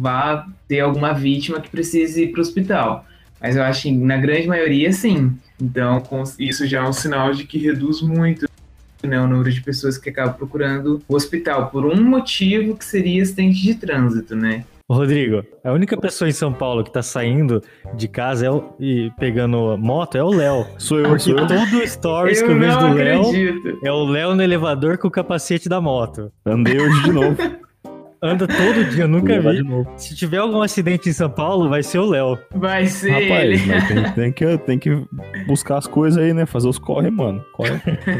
vá ter alguma vítima que precise ir para o hospital, mas eu acho que na grande maioria, sim. Então, isso já é um sinal de que reduz muito, né, o número de pessoas que acabam procurando o hospital, por um motivo que seria acidente de trânsito, né? Rodrigo, a única pessoa em São Paulo que tá saindo de casa é o, e pegando moto é o Léo. Sou eu, Porque sou eu. todo o stories eu que eu vejo do Léo é o Léo no elevador com o capacete da moto. Andei hoje de novo. Anda todo dia, eu nunca vi. Se tiver algum acidente em São Paulo, vai ser o Léo. Vai ser Rapaz, ele. Mas tem, tem, que, tem que buscar as coisas aí, né? Fazer os corre, mano. Corre.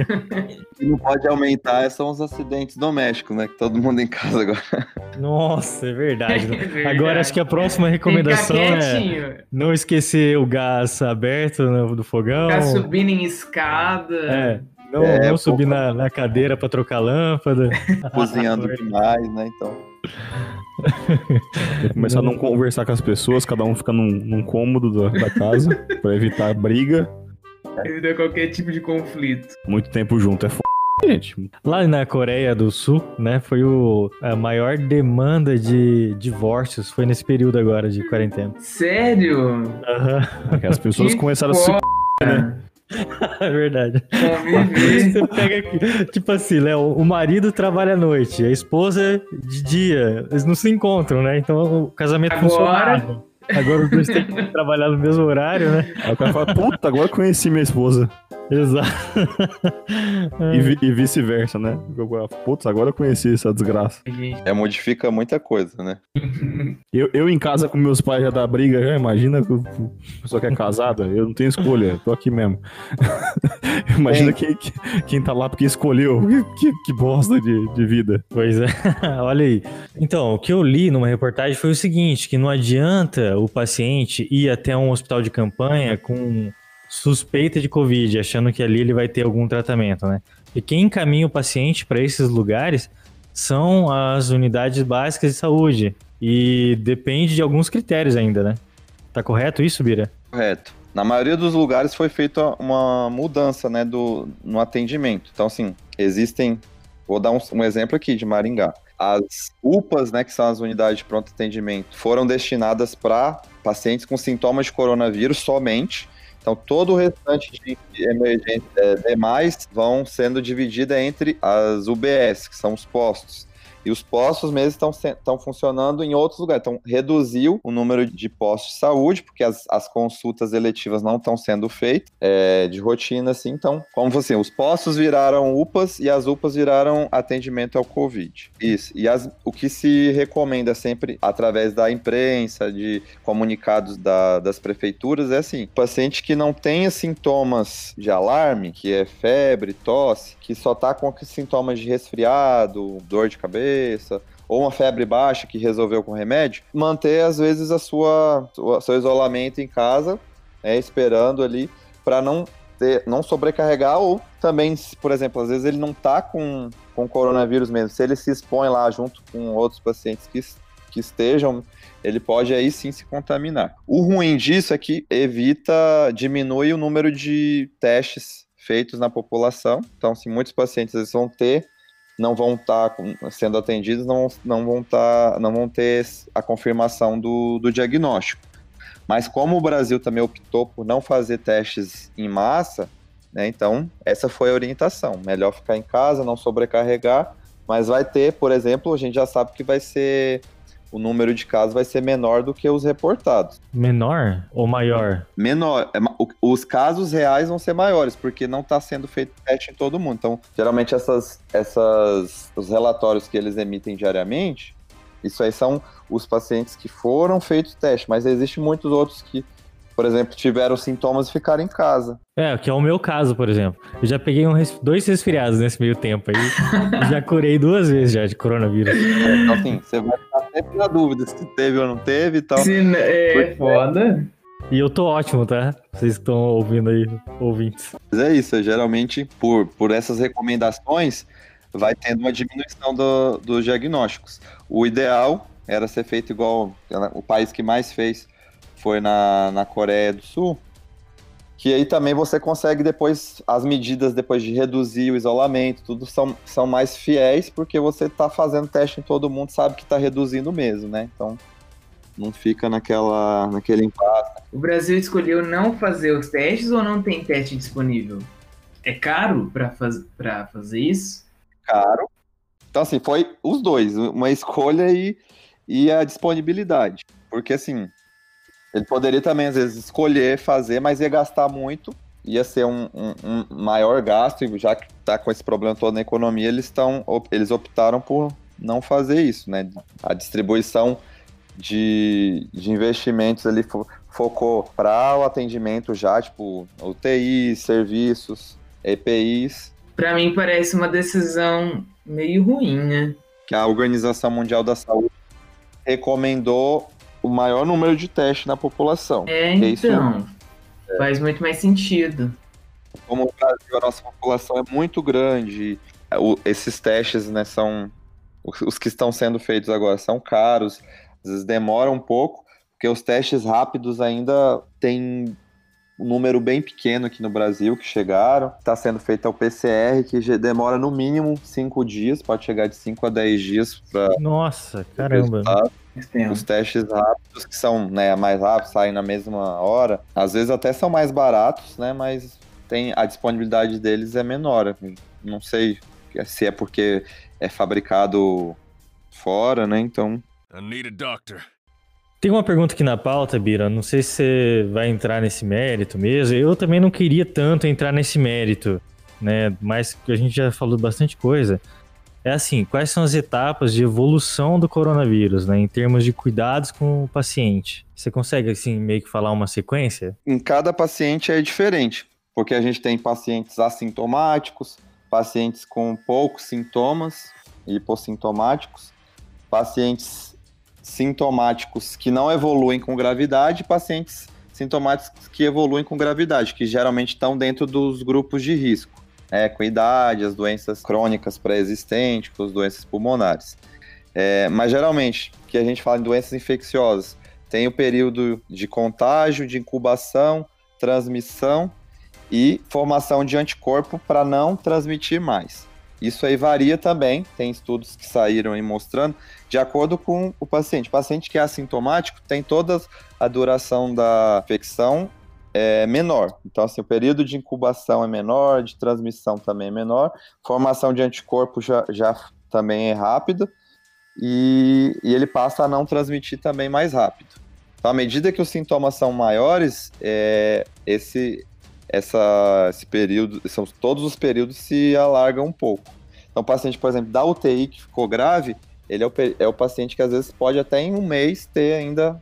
O que não pode aumentar são os acidentes domésticos, né? Que todo mundo em casa agora. Nossa, é verdade. É verdade. Agora acho que a próxima recomendação é não esquecer o gás aberto no, do fogão. Ficar subindo em escada. É. Não, é, não subir na, na cadeira pra trocar lâmpada. Cozinhando demais, né? Então. Tem que começar a não conversar com as pessoas, cada um fica num, num cômodo da, da casa, pra evitar briga. Evitar qualquer tipo de conflito. Muito tempo junto é f***, gente. Lá na Coreia do Sul, né, foi o, a maior demanda de divórcios, foi nesse período agora de quarentena. Sério? Aham. Uhum. As pessoas que começaram f... a se... né? É verdade. Conviver. Você pega aqui, tipo assim, Léo, o marido trabalha à noite, a esposa de dia, eles não se encontram, né? Então o casamento agora... funcionava. Agora os dois têm que trabalhar no mesmo horário, né? Aí o cara fala, puta, agora conheci minha esposa. Exato. E, vi- e vice-versa, né? Eu- Putz, agora eu conheci essa desgraça. É, modifica muita coisa, né? Eu, eu em casa com meus pais já dá briga, já imagina que a pessoa que é casada, eu não tenho escolha, tô aqui mesmo. Imagina quem, quem tá lá porque escolheu. Que, que bosta de, de vida. Pois é, olha aí. Então, o que eu li numa reportagem foi o seguinte, que não adianta o paciente ir até um hospital de campanha com suspeita de Covid, achando que ali ele vai ter algum tratamento, né? E quem encaminha o paciente para esses lugares são as unidades básicas de saúde. E depende de alguns critérios ainda, né? Tá correto isso, Bira? Correto. Na maioria dos lugares foi feita uma mudança, né, do, no atendimento. Então, assim, existem... Vou dar um, um exemplo aqui de Maringá. As U P As, né, que são as unidades de pronto atendimento, foram destinadas para pacientes com sintomas de coronavírus somente. Então, todo o restante de emergência é, demais vão sendo divididas entre as U B S, que são os postos. E os postos mesmo estão, estão funcionando em outros lugares. Então, reduziu o número de postos de saúde, porque as, as consultas eletivas não estão sendo feitas é, de rotina, assim. Então, como assim, os postos viraram U P As e as U P As viraram atendimento ao Covid. Isso. E as, o que se recomenda sempre, através da imprensa, de comunicados da, das prefeituras, é assim, paciente que não tenha sintomas de alarme, que é febre, tosse, que só está com sintomas de resfriado, dor de cabeça, ou uma febre baixa que resolveu com remédio, manter às vezes a sua, o seu isolamento em casa, né, esperando ali para não ter, não sobrecarregar, ou também, por exemplo, às vezes ele não tá com, com coronavírus mesmo, se ele se expõe lá junto com outros pacientes que, que estejam, ele pode aí sim se contaminar. O ruim disso é que evita, diminui o número de testes feitos na população. Então, se muitos pacientes eles vão ter, não vão estar tá sendo atendidos, não, não, vão tá, não vão ter a confirmação do, do diagnóstico. Mas como o Brasil também optou por não fazer testes em massa, né, então essa foi a orientação. Melhor ficar em casa, não sobrecarregar, mas vai ter, por exemplo, a gente já sabe que vai ser... o número de casos vai ser menor do que os reportados. Menor ou maior? Menor. Os casos reais vão ser maiores, porque não está sendo feito teste em todo mundo. Então, geralmente, essas, essas, os relatórios que eles emitem diariamente, isso aí são os pacientes que foram feitos teste, mas existem muitos outros que, por exemplo, tiveram sintomas e ficaram em casa. É, que é o meu caso, por exemplo. Eu já peguei um res... dois resfriados nesse meio tempo aí. E já curei duas vezes já de coronavírus. É, então, assim, você vai ficar sempre na dúvida se teve ou não teve e tal. Sim, é Porque... foda. E eu tô ótimo, tá? Vocês que estão ouvindo aí, ouvintes. Mas é isso, geralmente, por, por essas recomendações, vai tendo uma diminuição do, dos diagnósticos. O ideal era ser feito igual o país que mais fez foi na, na Coreia do Sul, que aí também você consegue depois, as medidas depois de reduzir o isolamento, tudo são, são mais fiéis, porque você está fazendo teste em todo mundo, sabe que está reduzindo mesmo, né? Então, não fica naquela, naquele impasse. O Brasil escolheu não fazer os testes ou não tem teste disponível? É caro para faz, para fazer isso? Caro. Então, assim, foi os dois, uma escolha e, e a disponibilidade. Porque, assim, ele poderia também, às vezes, escolher fazer, mas ia gastar muito, ia ser um, um, um maior gasto, e já que está com esse problema todo na economia, eles, tão, eles optaram por não fazer isso, né? A distribuição de, de investimentos ali fo, focou para o atendimento já, tipo, U T I, serviços, E P Is. Para mim parece uma decisão meio ruim, né? Que a Organização Mundial da Saúde recomendou o maior número de testes na população. É, então, isso, é, faz muito mais sentido. Como o Brasil, a nossa população é muito grande, o, esses testes, né, são, os, os que estão sendo feitos agora são caros, às vezes demoram um pouco, porque os testes rápidos ainda tem um número bem pequeno aqui no Brasil que chegaram. Está sendo feito o P C R, que demora no mínimo cinco dias, pode chegar de cinco a dez dias para... Nossa, caramba. Os testes rápidos, que são, né, mais rápidos, saem na mesma hora, às vezes até são mais baratos, né, mas tem, a disponibilidade deles é menor. Não sei se é porque é fabricado fora, né, então... I need a doctor. Tem uma pergunta aqui na pauta, Bira, não sei se você vai entrar nesse mérito mesmo, eu também não queria tanto entrar nesse mérito, né, mas a gente já falou bastante coisa. É assim, quais são as etapas de evolução do coronavírus, né, em termos de cuidados com o paciente? Você consegue, assim, meio que falar uma sequência? Em cada paciente é diferente, porque a gente tem pacientes assintomáticos, pacientes com poucos sintomas, hipossintomáticos, pacientes sintomáticos que não evoluem com gravidade, e pacientes sintomáticos que evoluem com gravidade, que geralmente estão dentro dos grupos de risco, né, com idade, as doenças crônicas pré-existentes, as doenças pulmonares. É, mas geralmente, que a gente fala em doenças infecciosas, tem o período de contágio, de incubação, transmissão e formação de anticorpo para não transmitir mais. Isso aí varia também, tem estudos que saíram aí mostrando, de acordo com o paciente. O paciente que é assintomático tem toda a duração da infecção é menor. Então, assim, o período de incubação é menor, de transmissão também é menor, formação de anticorpo já, já também é rápida, e, e ele passa a não transmitir também mais rápido. Então, à medida que os sintomas são maiores, é, esse... Essa, esse período, são, todos os períodos se alargam um pouco. Então, o paciente, por exemplo, da U T I que ficou grave, ele é o, é o paciente que às vezes pode até em um mês ter ainda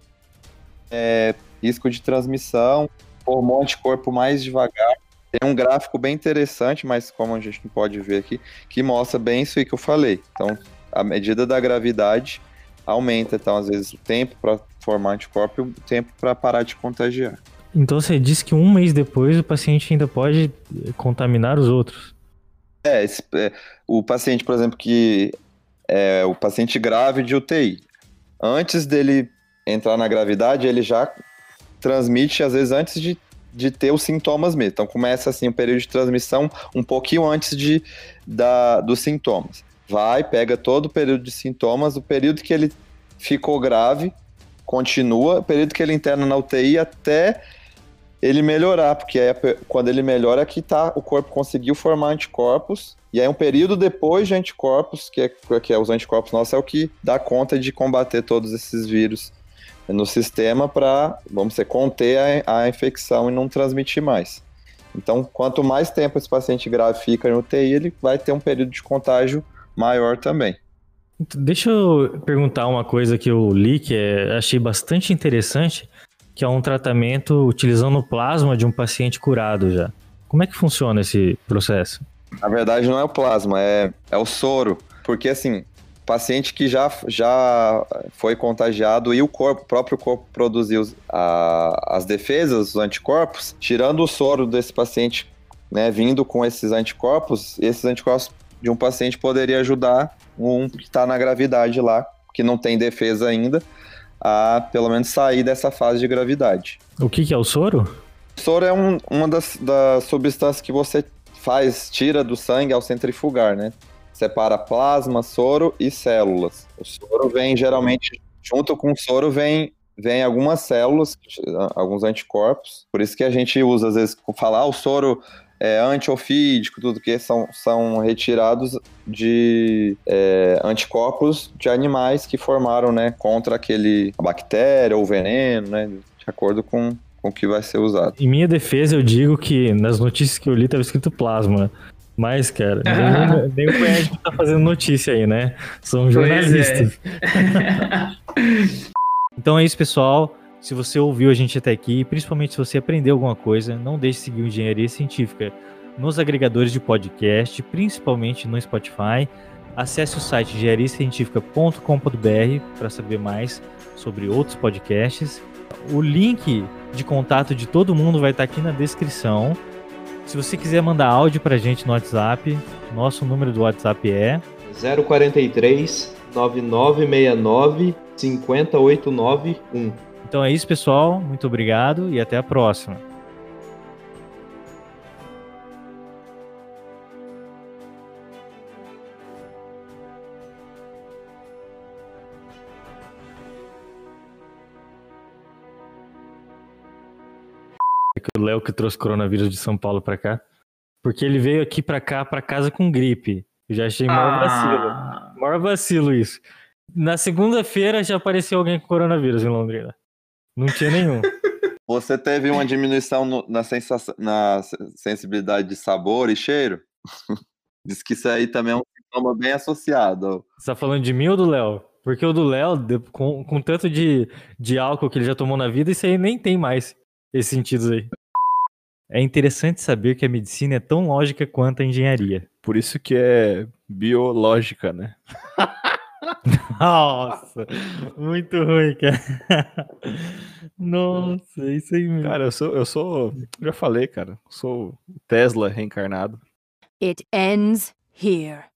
é, risco de transmissão, formou anticorpo mais devagar. Tem um gráfico bem interessante, mas como a gente não pode ver aqui, que mostra bem isso aí que eu falei. Então, a medida da gravidade aumenta, então, às vezes, o tempo para formar anticorpo e o tempo para parar de contagiar. Então você disse que um mês depois o paciente ainda pode contaminar os outros. É, esse, é o paciente, por exemplo, que é o paciente grave de U T I. Antes dele entrar na gravidade, ele já transmite, às vezes, antes de, de ter os sintomas mesmo. Então começa assim o período de transmissão um pouquinho antes de, da, dos sintomas. Vai, pega todo o período de sintomas, o período que ele ficou grave, continua, o período que ele interna na U T I até ele melhorar, porque é quando ele melhora que tá, o corpo conseguiu formar anticorpos, e aí um período depois de anticorpos, que é, que é os anticorpos nossos, é o que dá conta de combater todos esses vírus no sistema para, vamos dizer, conter a, a infecção e não transmitir mais. Então, quanto mais tempo esse paciente grave fica no U T I, ele vai ter um período de contágio maior também. Deixa eu perguntar uma coisa que eu li, que é, achei bastante interessante, que é um tratamento utilizando o plasma de um paciente curado já. Como é que funciona esse processo? Na verdade, não é o plasma, é, é o soro. Porque, assim, paciente que já, já foi contagiado e o corpo, o próprio corpo produziu a, as defesas, os anticorpos, tirando o soro desse paciente, né, vindo com esses anticorpos, esses anticorpos de um paciente poderia ajudar um que está na gravidade lá, que não tem defesa ainda, a pelo menos sair dessa fase de gravidade. O que, que é o soro? O soro é um, uma das, das substâncias que você faz, tira do sangue ao centrifugar, né? Separa plasma, soro e células. O soro vem geralmente, junto com o soro vem, vem algumas células, alguns anticorpos. Por isso que a gente usa, às vezes, falar ah, o soro é antiofídico, tudo que são, são retirados de é, anticorpos de animais que formaram, né, contra aquele bactéria ou veneno, né, de acordo com, com o que vai ser usado. Em minha defesa, eu digo que nas notícias que eu li estava escrito plasma. Mas, cara, nem, nem o médico tá fazendo notícia aí, né? São jornalistas. É. Então é isso, pessoal. Se você ouviu a gente até aqui, principalmente se você aprendeu alguma coisa, não deixe de seguir o Engenharia Científica nos agregadores de podcast, principalmente no Spotify. Acesse o site engenharia científica ponto com ponto b r para saber mais sobre outros podcasts. O link de contato de todo mundo vai estar aqui na descrição. Se você quiser mandar áudio pra gente no WhatsApp, nosso número do WhatsApp é zero quatro três, nove nove seis nove, cinco oito nove um. Então é isso, pessoal. Muito obrigado e até a próxima. O Léo que trouxe coronavírus de São Paulo pra cá. Porque ele veio aqui pra cá, pra casa com gripe. Eu já achei maior vacilo. Maior vacilo isso. Na segunda-feira já apareceu alguém com coronavírus em Londrina. Não tinha nenhum. Você teve uma diminuição no- na, sensação, na se- sensibilidade de sabor e cheiro? Diz que isso aí também é um sintoma bem associado. Você tá falando de mim ou do Léo? Porque o do Léo, de- com, com tanto de, de álcool que ele já tomou na vida, isso aí nem tem mais esses sentidos aí. É interessante saber que a medicina é tão lógica quanto a engenharia. Por isso que é biológica, né? Nossa, muito ruim, cara. Nossa, isso aí mesmo. Cara, eu sou, eu sou, já falei, cara, eu sou o Tesla reencarnado. It ends here.